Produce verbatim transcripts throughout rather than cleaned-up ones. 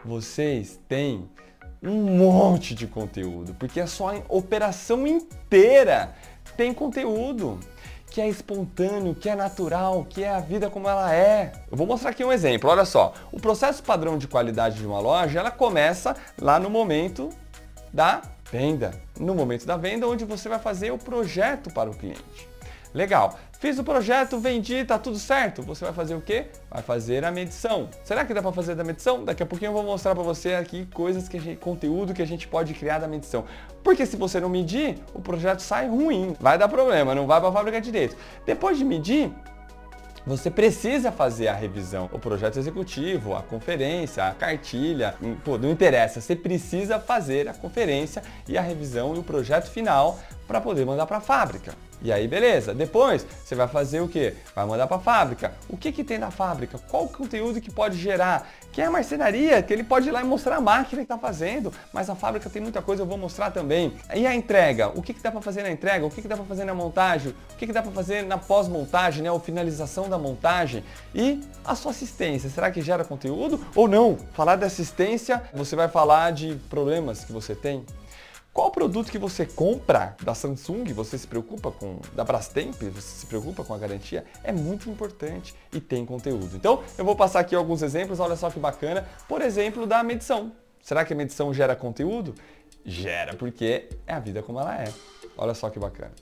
vocês têm um monte de conteúdo, porque a sua operação inteira tem conteúdo, que é espontâneo, que é natural, que é a vida como ela é. Eu vou mostrar aqui um exemplo, olha só. O processo padrão de qualidade de uma loja, ela começa lá no momento da venda. No momento da venda, onde você vai fazer o projeto para o cliente. Legal. Fiz o projeto, vendi, tá tudo certo. Você vai fazer o quê? Vai fazer a medição. Será que dá para fazer da medição? Daqui a pouquinho eu vou mostrar para você aqui coisas que a gente, conteúdo que a gente pode criar da medição. Porque se você não medir, o projeto sai ruim. Vai dar problema, não vai para a fábrica direito. Depois de medir, você precisa fazer a revisão, o projeto executivo, a conferência, a cartilha, pô, não interessa, você precisa fazer a conferência e a revisão e o projeto final para poder mandar para a fábrica. E aí, beleza. Depois, você vai fazer o quê? Vai mandar para a fábrica. O que que tem na fábrica? Qual o conteúdo que pode gerar? Que é a marcenaria, que ele pode ir lá e mostrar a máquina que está fazendo, mas a fábrica tem muita coisa, eu vou mostrar também. E a entrega? O que que dá para fazer na entrega? O que que dá para fazer na montagem? O que que dá para fazer na pós-montagem, né? Ou finalização da montagem? E a sua assistência, será que gera conteúdo ou não? Falar de assistência, você vai falar de problemas que você tem. Qual produto que você compra da Samsung, você se preocupa com, da Brastemp, você se preocupa com a garantia? É muito importante e tem conteúdo. Então, eu vou passar aqui alguns exemplos, olha só que bacana. Por exemplo, da medição. Será que a medição gera conteúdo? Gera, porque é a vida como ela é. Olha só que bacana.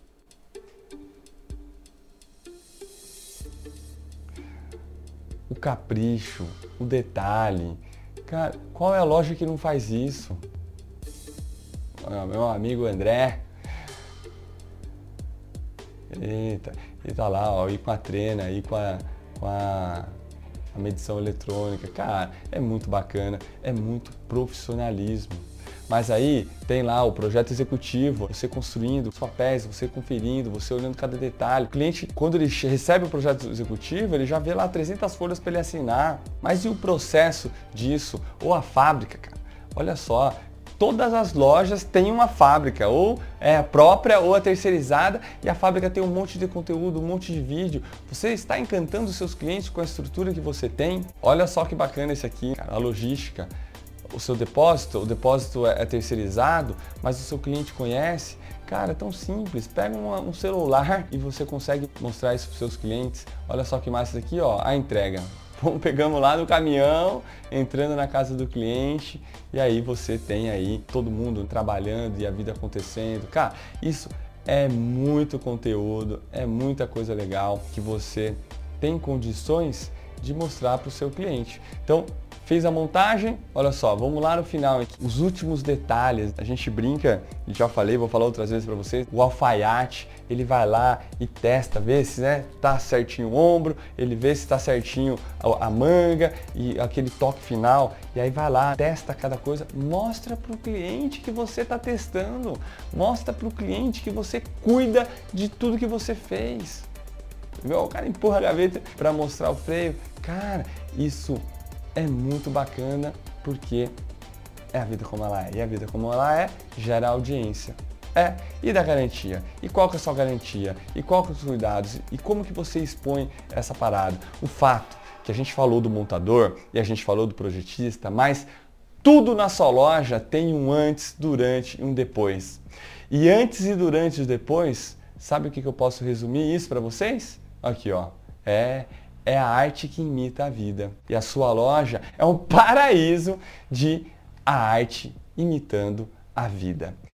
O capricho, o detalhe. Cara, qual é a loja que não faz isso? Meu amigo André, eita, ele tá lá, ó, aí com a trena, aí com a, com a, a medição eletrônica, cara, é muito bacana, é muito profissionalismo. Mas aí tem lá o projeto executivo, você construindo os papéis, você conferindo, você olhando cada detalhe. O cliente, quando ele recebe o projeto executivo, ele já vê lá trezentas folhas para ele assinar. Mas e o processo disso? Ou a fábrica, cara? Olha só. Todas as lojas têm uma fábrica, ou é a própria ou a terceirizada, e a fábrica tem um monte de conteúdo, um monte de vídeo. Você está encantando os seus clientes com a estrutura que você tem? Olha só que bacana esse aqui, cara, a logística. O seu depósito, o depósito é terceirizado, mas o seu cliente conhece. Cara, é tão simples, pega uma, um celular e você consegue mostrar isso para os seus clientes. Olha só que massa isso aqui, ó, a entrega. Pegamos lá no caminhão, entrando na casa do cliente, e aí você tem aí todo mundo trabalhando e a vida acontecendo. Cara, isso é muito conteúdo, é muita coisa legal que você tem condições de mostrar para o seu cliente. Então, fez a montagem, olha só, vamos lá no final aqui. Os últimos detalhes, a gente brinca, já falei, vou falar outras vezes para vocês, o alfaiate, ele vai lá e testa, vê se né, tá certinho o ombro, ele vê se tá certinho a, a manga e aquele toque final, e aí vai lá, testa cada coisa, mostra para o cliente que você está testando, mostra para o cliente que você cuida de tudo que você fez. O cara empurra a gaveta para mostrar o freio. Cara, isso é muito bacana porque é a vida como ela é. E a vida como ela é gera audiência. É, e da garantia? E qual que é a sua garantia? E qual que são os cuidados? E como que você expõe essa parada? O fato que a gente falou do montador e a gente falou do projetista, mas tudo na sua loja tem um antes, durante e um depois. E antes e durante e depois, sabe o que que eu posso resumir isso para vocês? Aqui, ó. É, é a arte que imita a vida. E a sua loja é um paraíso de a arte imitando a vida.